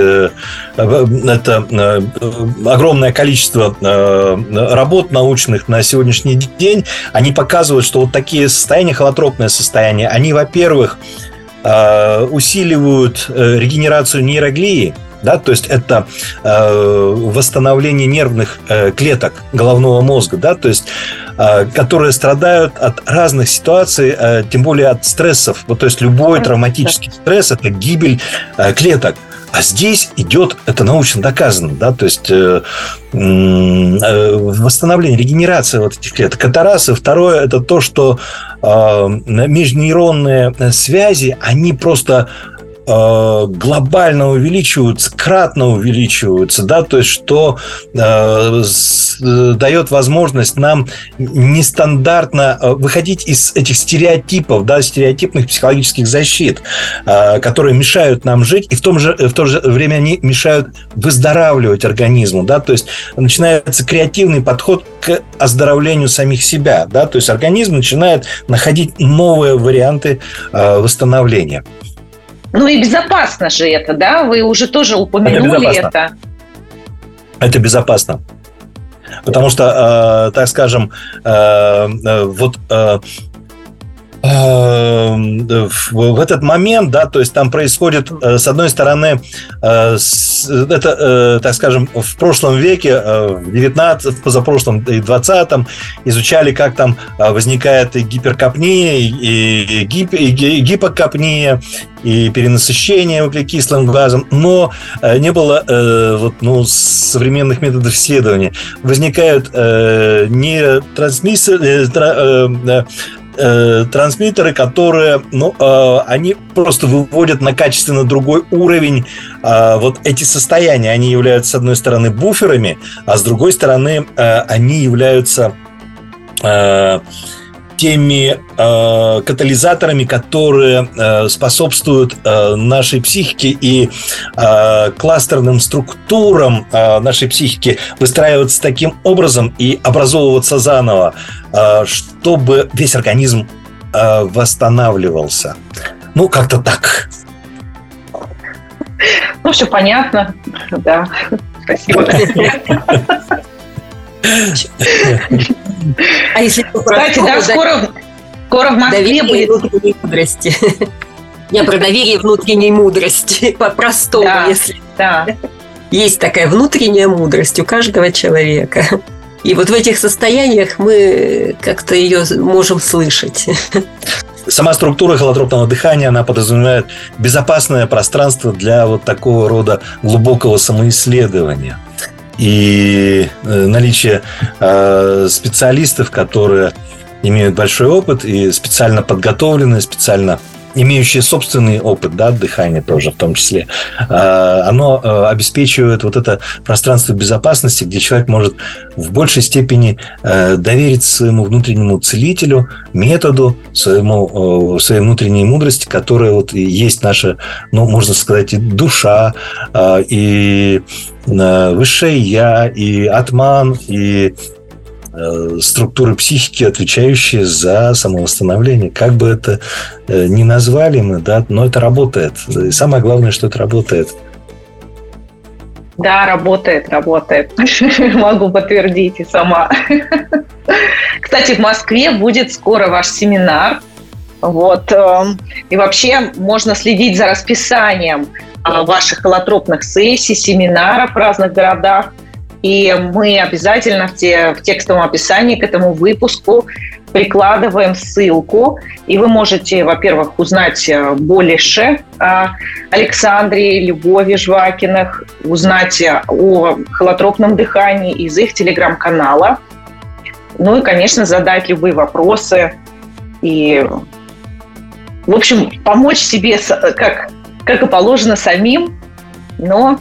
это огромное количество работ научных на сегодняшний день, они показывают, что вот такие состояния, холотропные состояния, они, во-первых, усиливают регенерацию нейроглии, да, то есть это восстановление нервных клеток головного мозга, да, то есть которые страдают от разных ситуаций, тем более от стрессов. Вот, то есть любой травматический стресс – это гибель клеток. А здесь идет, это научно доказано, да, то есть восстановление, регенерация вот этих клеток. Это раз. И второе – это то, что межнейронные связи, они просто глобально увеличиваются, кратно увеличиваются, да, то есть что дает возможность нам нестандартно выходить из этих стереотипов, да, стереотипных психологических защит, которые мешают нам жить, и в то же время они мешают выздоравливать организму, да, то есть начинается креативный подход к оздоровлению самих себя, да, то есть организм начинает находить новые варианты восстановления. Ну и безопасно же это, да? Вы уже тоже упомянули это. Это безопасно. Потому что, так скажем, вот в этот момент, да, то есть там происходит, с одной стороны, это, так скажем, в прошлом веке, в 19-м, в позапрошлом и 20-м изучали, как там возникает и гиперкапния, и гипокапния, и перенасыщение углекислым газом, но не было современных методов исследования. Возникают трансмиттеры, которые, они просто выводят на качественно другой уровень вот эти состояния. Они являются, с одной стороны, буферами, а с другой стороны, они являются теми катализаторами, которые способствуют нашей психике и кластерным структурам нашей психики выстраиваться таким образом и образовываться заново, чтобы весь организм восстанавливался. Ну, как-то так. Ну, все понятно. Да. Спасибо. А если кстати, да, скоро Скоро в Москве будет... внутренней мудрости. Я про доверие внутренней мудрости, по-простому, если... Да. Есть такая внутренняя мудрость у каждого человека. И вот в этих состояниях мы как-то ее можем слышать. Сама структура холотропного дыхания, она подразумевает безопасное пространство для вот такого рода глубокого самоисследования. И наличие специалистов, которые имеют большой опыт и специально подготовленные, специально имеющие собственный опыт, да, дыхания тоже в том числе, оно обеспечивает вот это пространство безопасности, где человек может в большей степени довериться своему внутреннему целителю, методу, своей внутренней мудрости, которая вот и есть наша, ну, можно сказать, и душа, и высшее я, и атман, и структуры психики, отвечающие за самовосстановление. Как бы это ни назвали мы, да, но это работает. И самое главное, что это работает. Да, работает. Могу подтвердить и сама. Кстати, в Москве будет скоро ваш семинар. Вот. И вообще можно следить за расписанием ваших холотропных сессий, семинаров в разных городах. И мы обязательно в текстовом описании к этому выпуску прикладываем ссылку. И вы можете, во-первых, узнать больше о Александре и Любови Жвакиных, узнать о холотропном дыхании из их телеграм-канала. Ну и, конечно, задать любые вопросы. И, в общем, помочь себе, как и положено, самим, но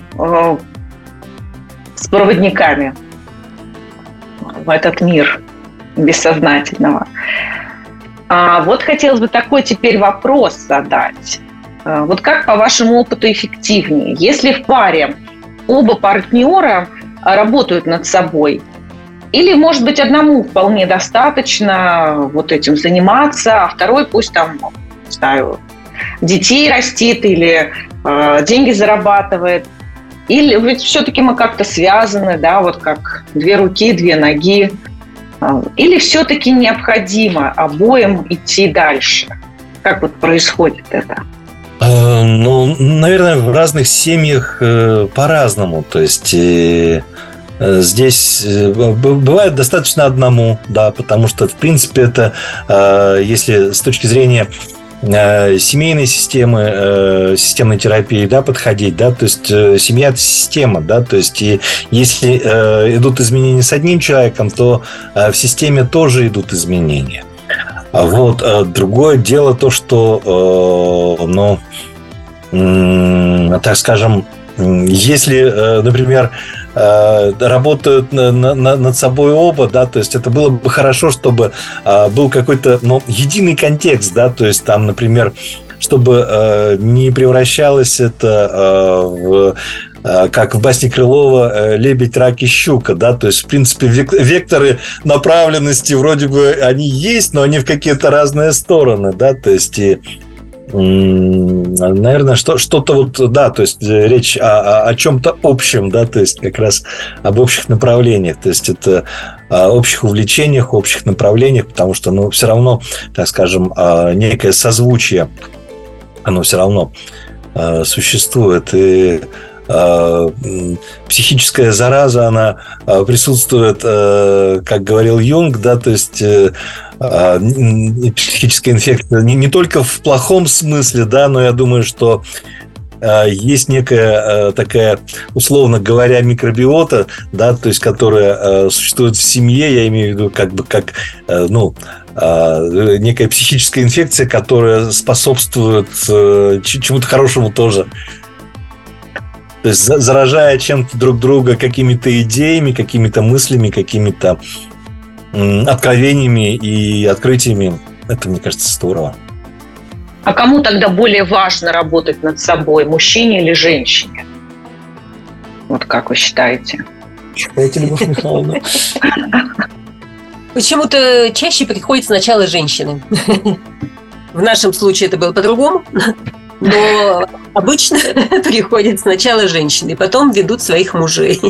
с проводниками в этот мир бессознательного. Вот хотелось бы такой теперь вопрос задать. Вот как по вашему опыту эффективнее, если в паре оба партнера работают над собой, или, может быть, одному вполне достаточно вот этим заниматься, а второй пусть там, не знаю, детей растит или деньги зарабатывает. Или ведь все-таки мы как-то связаны, да, вот как две руки, две ноги. Или все-таки необходимо обоим идти дальше? Как вот происходит это? Ну, наверное, в разных семьях по-разному. То есть здесь бывает достаточно одному, да, потому что, в принципе, это, если с точки зрения семейной системы, системной терапии, да, подходить, да, то есть семья – это система, да, то есть и если идут изменения с одним человеком, то в системе тоже идут изменения. Вот. Другое дело то, что, так скажем, если, например, работают над собой оба, да, то есть это было бы хорошо, чтобы был какой-то, единый контекст, да, то есть там, например, чтобы не превращалось это в, как в басне Крылова, лебедь, рак и щука, да, то есть, в принципе, векторы направленности вроде бы они есть, но они в какие-то разные стороны, да, то есть и наверное, что-то вот, да, то есть речь о чем-то общем, да, то есть как раз об общих направлениях, то есть это о общих увлечениях, общих направлениях, потому что, все равно, так скажем, некое созвучие, оно все равно существует, и психическая зараза, она присутствует, как говорил Юнг, да, то есть психическая инфекция не только в плохом смысле, да, но я думаю, что есть некая такая, условно говоря, микробиота, да, то есть которая существует в семье, я имею в виду как некая психическая инфекция, которая способствует чему-то хорошему тоже. То есть заражая чем-то друг друга, какими-то идеями, какими-то мыслями, какими-то откровениями и открытиями. Это, мне кажется, здорово. А кому тогда более важно работать над собой, мужчине или женщине? Вот как вы считаете? Считаете, Любовь Михайловна? Почему-то чаще приходит сначала женщины. В нашем случае это было по-другому. Но обычно приходят сначала женщины, и потом ведут своих мужей.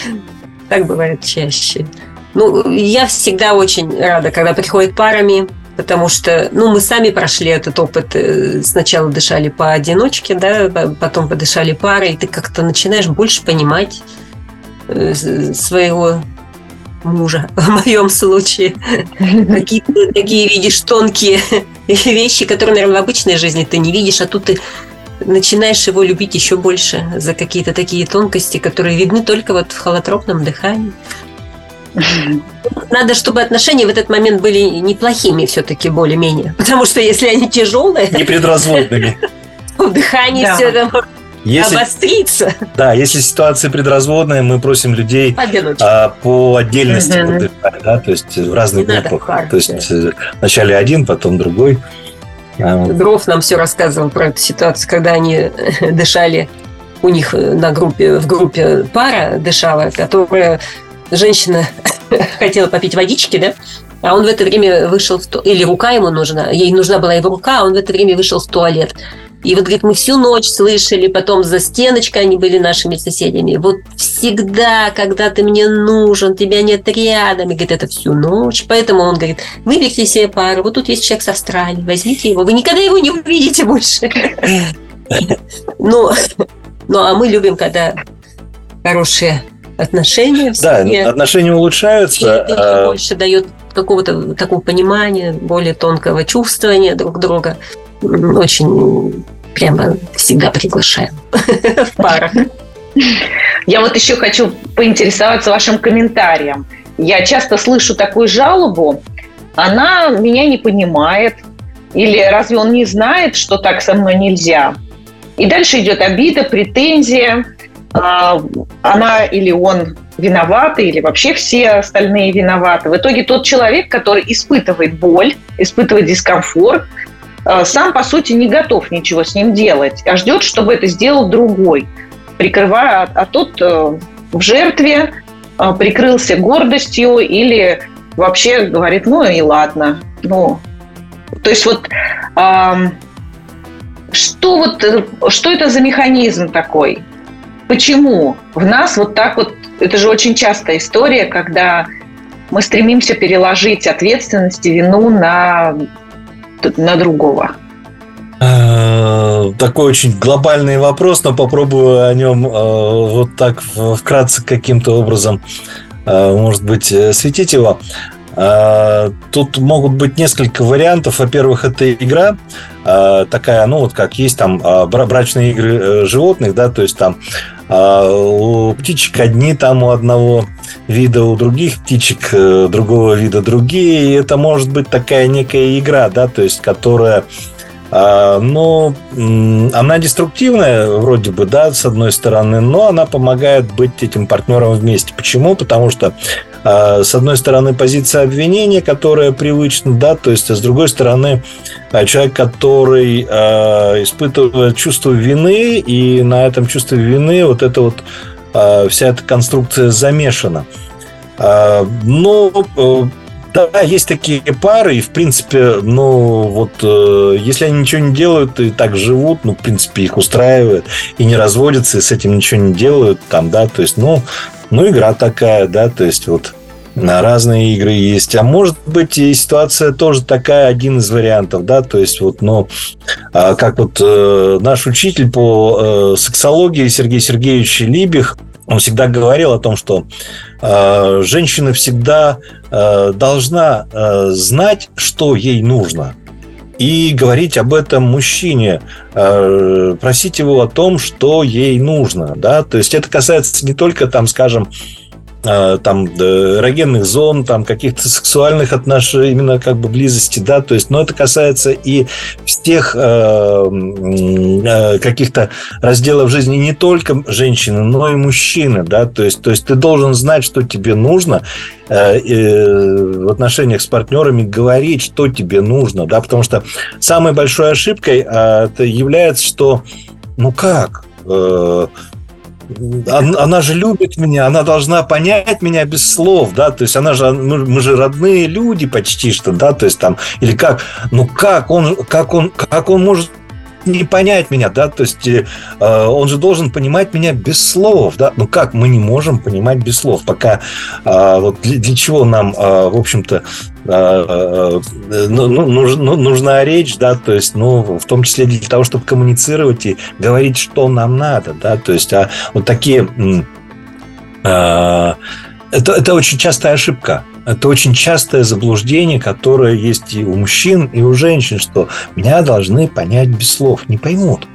Так бывает чаще. Я всегда очень рада, когда приходят парами. Потому что, мы сами прошли этот опыт. Сначала дышали поодиночке, да, потом подышали парой, и ты как-то начинаешь больше понимать своего мужа, в моем случае. Какие-то такие видишь тонкие вещи, которые, наверное, в обычной жизни ты не видишь, а тут ты начинаешь его любить еще больше за какие-то такие тонкости, которые видны только вот в холотропном дыхании. Надо, чтобы отношения в этот момент были неплохими все-таки более-менее. Потому что если они тяжелые... Не предразводными. В дыхании все это может обостриться. Да, если ситуация предразводная, мы просим людей по отдельности подышать, да, то есть в разных группах. То есть вначале один, потом другой. Дров нам все рассказывал про эту ситуацию, когда они дышали, у них в группе пара дышала, которая... Женщина хотела попить водички, да? А он в это время вышел или рука ему нужна, ей нужна была его рука, а он в это время вышел в туалет. И вот, говорит, мы всю ночь слышали, потом за стеночкой они были нашими соседями. Вот всегда, когда ты мне нужен, тебя нет рядом. И говорит, это всю ночь. Поэтому он говорит, выберите себе пару. Вот тут есть человек с Австралии, возьмите его. Вы никогда его не увидите больше. А мы любим, когда хорошие отношения. Да, отношения улучшаются. И это больше дает какого-то такого понимания, более тонкого чувствования друг друга. Очень прямо всегда приглашаем в парах. Я вот еще хочу поинтересоваться вашим комментарием. Я часто слышу такую жалобу. Она меня не понимает. Или разве он не знает, что так со мной нельзя? И дальше идет обида, претензия. Она или он виноваты, или вообще все остальные виноваты. В итоге тот человек, который испытывает боль, испытывает дискомфорт, сам, по сути, не готов ничего с ним делать, а ждет, чтобы это сделал другой, прикрывая, а тот в жертве прикрылся гордостью или вообще говорит, и ладно. То есть что это за механизм такой? Почему в нас вот так вот, это же очень частая история, когда мы стремимся переложить ответственность и вину на другого? Такой очень глобальный вопрос, но попробую о нем вот так вкратце каким-то образом, может быть, светить его. Тут могут быть несколько вариантов. Во-первых, это игра такая, как есть там брачные игры животных, да, то есть там у птичек одни, там у одного вида, у других птичек другого вида другие. И это может быть такая некая игра, да, то есть которая, она деструктивная вроде бы, да, с одной стороны, но она помогает быть этим партнером вместе. Почему? Потому что с одной стороны позиция обвинения, которая привычна, да, то есть, а с другой стороны человек, который испытывает чувство вины, и на этом чувстве вины вот эта вот вся эта конструкция замешана. Да, есть такие пары, и, в принципе, если они ничего не делают и так живут, в принципе, их устраивает, и не разводятся, и с этим ничего не делают, там, да, то есть, игра такая, да, то есть, на разные игры есть. А может быть, и ситуация тоже такая, один из вариантов, да, то есть, как наш учитель по сексологии Сергей Сергеевич Либих, он всегда говорил о том, что женщина всегда должна знать, что ей нужно, и говорить об этом мужчине, просить его о том, что ей нужно, да, то есть это касается не только, там, скажем, эрогенных зон, каких-то сексуальных отношений, именно близости, да, то есть, но это касается и всех каких-то разделов жизни не только женщины, но и мужчины, да, то есть ты должен знать, что тебе нужно, в отношениях с партнерами говорить, что тебе нужно, да, потому что самой большой ошибкой это является, что она же любит меня, она должна понять меня без слов, да, то есть мы же родные люди почти что, да, то есть там, или как он может не понять меня, да, то есть он же должен понимать меня без слов, да, ну как мы не можем понимать без слов, пока вот для чего нам, в общем-то, нужна речь, да, то есть, в том числе для того, чтобы коммуницировать и говорить, что нам надо, да, то есть, вот такие, это очень частая ошибка. Это очень частое заблуждение, которое есть и у мужчин, и у женщин, что меня должны понять без слов. Не поймут.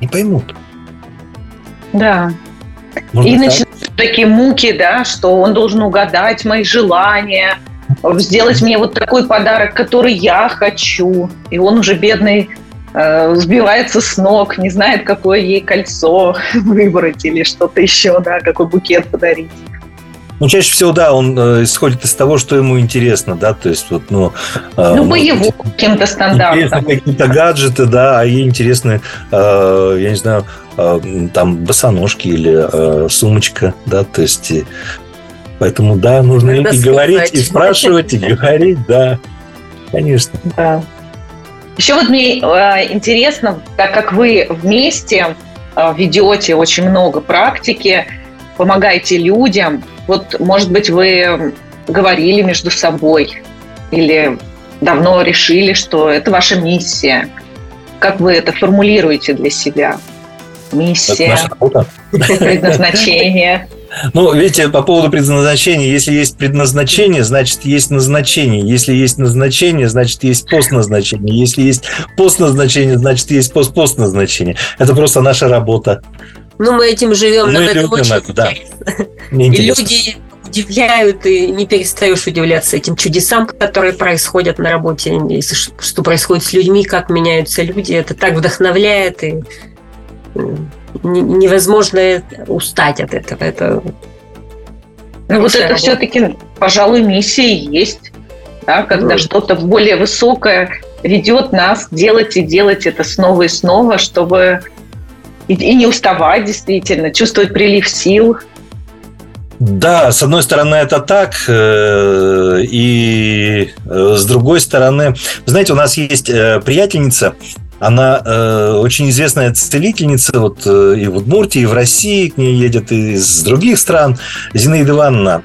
Да. Можно и так? начинаются такие муки, да, что он должен угадать мои желания, сделать мне вот такой подарок, который я хочу. И он уже, бедный, сбивается с ног, не знает, какое ей кольцо выбрать или что-то еще, да, какой букет подарить. Чаще всего, да, он исходит из того, что ему интересно, да, то есть вот, по его каким-то стандартам. Интересны какие-то гаджеты, да, а ей интересны, я не знаю, там босоножки или сумочка, да, то есть, поэтому, да, нужно и говорить, и спрашивать, и говорить, да, конечно. Да. Еще вот мне интересно, так как вы вместе ведете очень много практики, помогаете людям. Вот, может быть, вы говорили между собой или давно решили, что это ваша миссия. Как вы это формулируете для себя? Миссия, предназначение. Видите, по поводу предназначения. Если есть предназначение, значит, есть назначение. Если есть назначение, значит, есть постназначение. Если есть постназначение, значит, есть постназначение. Это просто наша работа. Мы этим живем. Мы любим это, да. И люди удивляют, и не перестаешь удивляться этим чудесам, которые происходят на работе, что происходит с людьми, как меняются люди. Это так вдохновляет, и невозможно устать от этого. Это это все-таки, пожалуй, миссия есть, да, когда что-то более высокое ведет нас делать и делать это снова и снова, чтобы и не уставать, действительно, чувствовать прилив сил. Да, с одной стороны, это так, и с другой стороны, знаете, у нас есть приятельница, она очень известная целительница, вот и в Удмуртии, и в России, к ней едет и из других стран, Зинаида Ивановна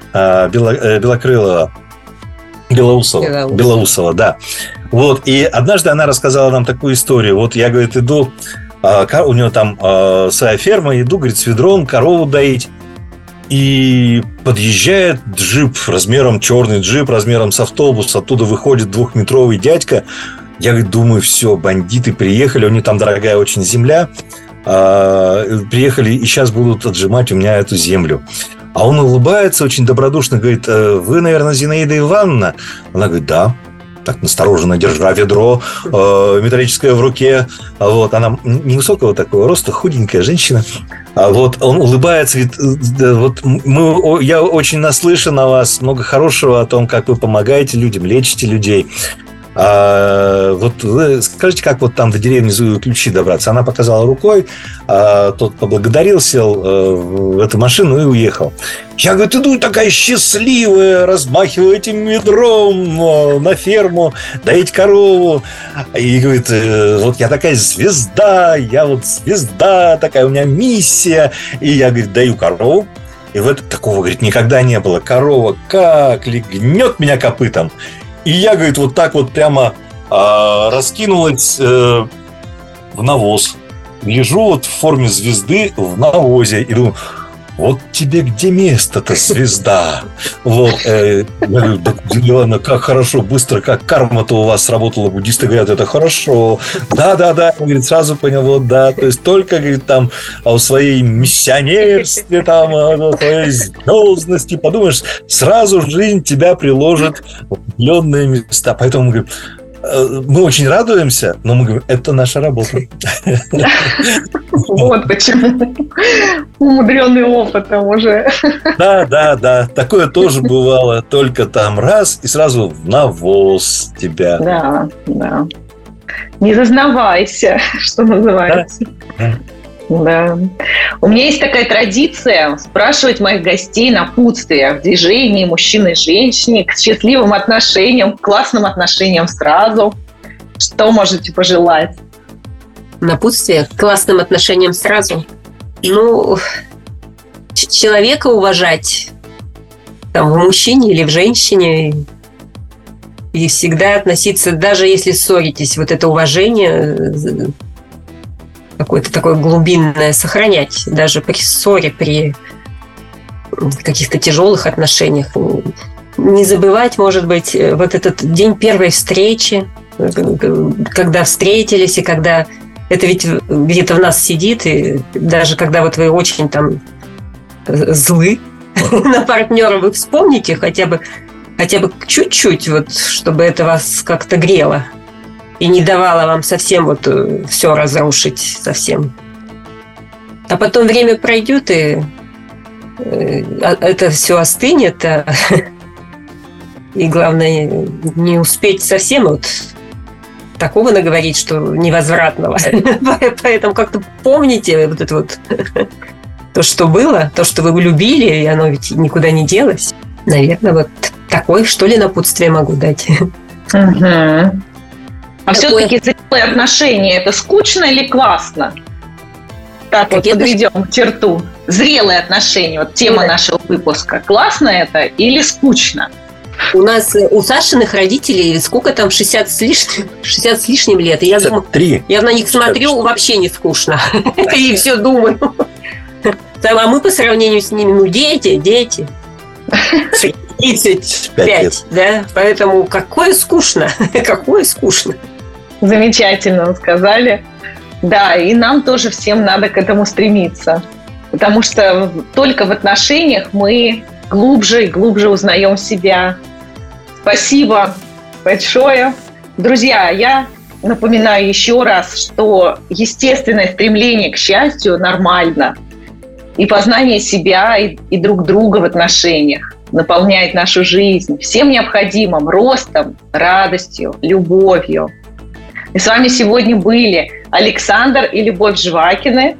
Белоусова, да. Вот, и однажды она рассказала нам такую историю. Вот я, говорит, иду, у нее там своя ферма, иду, говорит, с ведром корову доить. И подъезжает джип размером, черный джип размером с автобус. Оттуда выходит 2-метровый дядька. Я, говорит, думаю, все, бандиты приехали. У них там дорогая очень земля. Приехали и сейчас будут отжимать у меня эту землю. А он улыбается очень добродушно. Говорит, вы, наверное, Зинаида Ивановна? Она говорит, да. Так настороженно, держа ведро металлическое в руке. Вот, она невысокого такого роста, худенькая женщина. Вот, он улыбается, говорит, я очень наслышан о вас, много хорошего о том, как вы помогаете людям, лечите людей. Вот вы скажите, как вот там до деревни Зуевой Ключи добраться? Она показала рукой, тот поблагодарил, сел в эту машину и уехал. Я, говорит, иду такая счастливая, размахиваю этим ведром на ферму, доить корову. И говорит, вот я такая звезда, такая у меня миссия. И я, говорит, даю корову. И такого, говорит, никогда не было. Корова как легнет меня копытом. И я, говорит, вот так вот прямо раскинулась в навоз. Лежу вот в форме звезды в навозе. И думаю, вот тебе где место-то, звезда? Вот. Я говорю, да, как хорошо, быстро, как карма-то у вас сработала. Буддисты говорят, это хорошо. Да. Говорит, сразу понял, вот да. То есть только, говорит, там о своей миссионерстве, там, о своей звездности подумаешь, сразу жизнь тебя приложит в определенные места. Поэтому, говорит, мы очень радуемся, но мы говорим, это наша работа. Вот почему. Умудренный опытом уже. Да. Такое тоже бывало. Только там раз и сразу в навоз тебя. Да. Не зазнавайся, что называется. Да. У меня есть такая традиция спрашивать моих гостей напутствие в движении мужчины и женщины, к счастливым отношениям, к классным отношениям сразу. Что можете пожелать? напутствие к классным отношениям сразу. Ну, человека уважать там, в мужчине или в женщине, и всегда относиться, даже если ссоритесь, вот это уважение какое-то такое глубинное сохранять, даже при ссоре, при каких-то тяжелых отношениях. Не забывать, может быть, вот этот день первой встречи, когда встретились, и когда это ведь где-то в нас сидит, и даже когда вот вы очень там злы на партнера, вы вспомните хотя бы чуть-чуть, вот, чтобы это вас как-то грело и не давало вам совсем вот все разрушить совсем. А потом время пройдет, и это все остынет, и главное не успеть совсем вот такого наговорить, что невозвратного. Поэтому как-то помните вот это вот то, что было, то, что вы любили, и оно ведь никуда не делось. Наверное, вот такое, что ли, напутствие могу дать. А все-таки зрелые отношения – это скучно или классно? Так вот, подведем черту. Зрелые отношения, вот тема нашего выпуска. Классно это или скучно? У Сашиных родителей сколько там, 60 с лишним лет. И я думаю, я на них смотрю, вообще не скучно. И все думаю. А мы по сравнению с ними, дети. 35, да? Поэтому какое скучно. Замечательно вы сказали. Да, и нам тоже всем надо к этому стремиться. Потому что только в отношениях мы глубже и глубже узнаем себя. Спасибо большое. Друзья, я напоминаю еще раз, что естественное стремление к счастью нормально. И познание себя, и друг друга в отношениях наполняет нашу жизнь всем необходимым ростом, радостью, любовью. И с вами сегодня были Александр и Любовь Жвакины.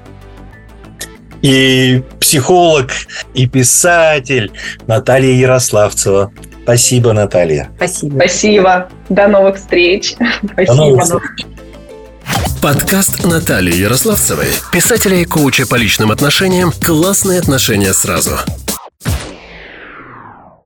И психолог, и писатель Наталья Ярославцева. Спасибо, Наталья. Спасибо. До новых встреч. Спасибо. Подкаст Натальи Ярославцевой, писателя и коуча по личным отношениям «Классные отношения сразу».